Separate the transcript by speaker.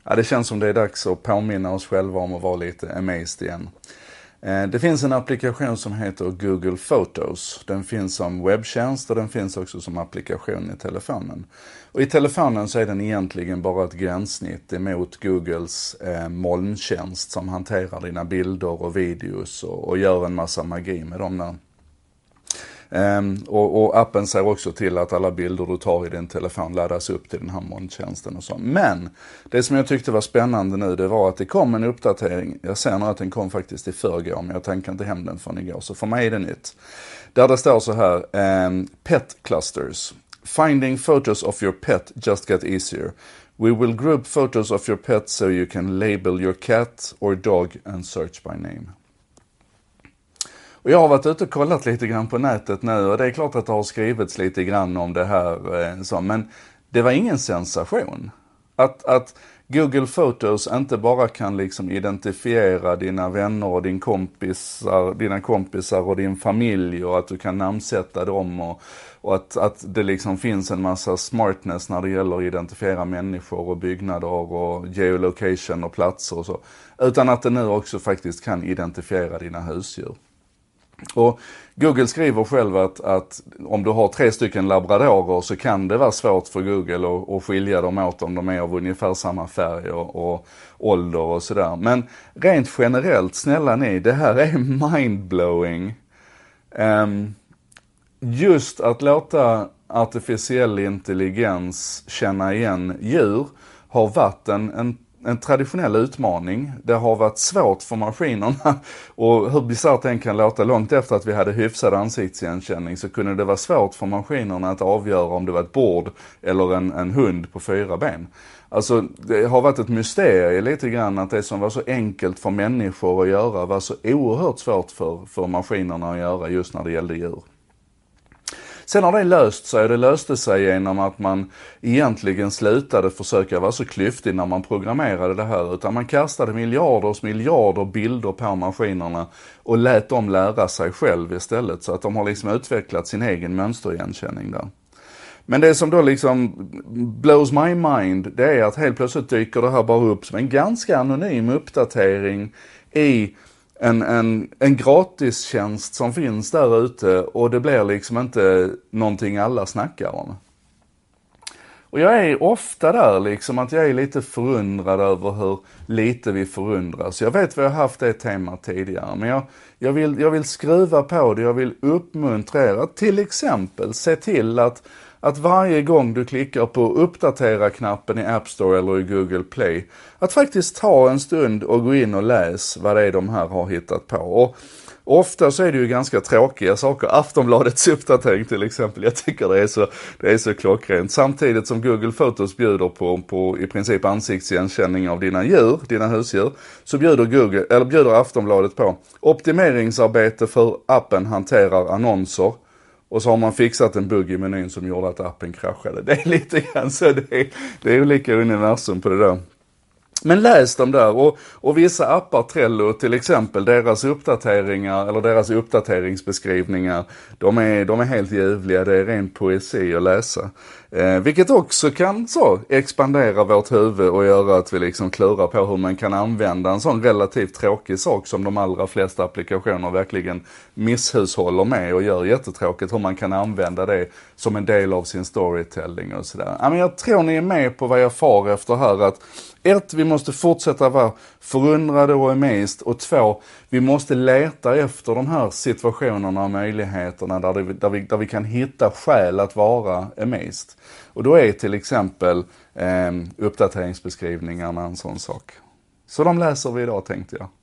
Speaker 1: Ja, det känns som det är dags att påminna oss själva om att vara lite amazed igen. Det finns en applikation som heter Google Photos. Den finns som webbtjänst och den finns också som applikation i telefonen. Och i telefonen så är den egentligen bara ett gränssnitt emot Googles molntjänst som hanterar dina bilder och videos och gör en massa magi med dem där. Och appen ser också till att alla bilder du tar i din telefon laddas upp till den här molntjänsten och så. Men det som jag tyckte var spännande nu, det var att det kom en uppdatering. Jag ser nu att den kom faktiskt i förrgår, men jag tänker inte hem den från igår. Så för mig är det nytt. Där det står så här, pet clusters. Finding photos of your pet just got easier. We will group photos of your pet so you can label your cat or dog and search by name. Och jag har varit ute och kollat lite grann på nätet nu och det är klart att det har skrivits lite grann om det här. Men det var ingen sensation. Att Google Photos inte bara kan liksom identifiera dina vänner och dina kompisar och din familj och att du kan namnsätta dem och att det liksom finns en massa smartness när det gäller att identifiera människor och byggnader och geolocation och platser och så. Utan att det nu också faktiskt kan identifiera dina husdjur. Och Google skriver själv att om du har 3 stycken labradorer så kan det vara svårt för Google att skilja dem åt om de är av ungefär samma färg och ålder och sådär. Men rent generellt, snälla ni, det här är mindblowing. Just att låta artificiell intelligens känna igen djur har varit en traditionell utmaning. Det har varit svårt för maskinerna och hur bisarrt den kan låta, långt efter att vi hade hyfsad ansiktsigenkänning så kunde det vara svårt för maskinerna att avgöra om det var ett bord eller en hund på 4 ben. Alltså det har varit ett mysterium lite grann att det som var så enkelt för människor att göra var så oerhört svårt för maskinerna att göra just när det gällde djur. Sen har det löst sig och det löste sig genom att man egentligen slutade försöka vara så klyftig när man programmerade det här. Utan man kastade miljarder bilder på maskinerna och lät dem lära sig själv istället. Så att de har liksom utvecklat sin egen mönsterigenkänning där. Men det som då liksom blows my mind, det är att helt plötsligt dyker det här bara upp som en ganska anonym uppdatering i en gratistjänst som finns där ute och det blir liksom inte någonting alla snackar om. Och jag är ofta där liksom att jag är lite förundrad över hur lite vi förundras. Jag vet vad jag har haft det temat tidigare, men jag vill skruva på det, jag vill uppmuntra er att till exempel se till att varje gång du klickar på uppdatera-knappen i App Store eller i Google Play, att faktiskt ta en stund och gå in och läs vad det är de här har hittat på. Och ofta så är det ju ganska tråkiga saker. Aftonbladets uppdatering till exempel, jag tycker det är så klockrent. Samtidigt som Google Photos bjuder på i princip ansiktsigenkänning av dina husdjur, så bjuder Aftonbladet på optimeringsarbete för appen hanterar annonser. Och så har man fixat en bugg i menyn som gjorde att appen kraschade. Det är lite grann så det är olika universum på det där. Men läs dem där och vissa appar, Trello till exempel, deras uppdateringar eller deras uppdateringsbeskrivningar, de är helt ljuvliga, det är ren poesi att läsa. Vilket också kan så expandera vårt huvud och göra att vi liksom klurar på hur man kan använda en sån relativt tråkig sak som de allra flesta applikationer verkligen misshushåller med och gör jättetråkigt, hur man kan använda det som en del av sin storytelling och sådär. Ja, men jag tror ni är med på vad jag far efter här, att 1, vi måste fortsätta vara förundrade och amazed, och 2, vi måste leta efter de här situationerna och möjligheterna där vi kan hitta skäl att vara amazed. Och då är till exempel uppdateringsbeskrivningarna en sån sak. Så de läser vi idag, tänkte jag.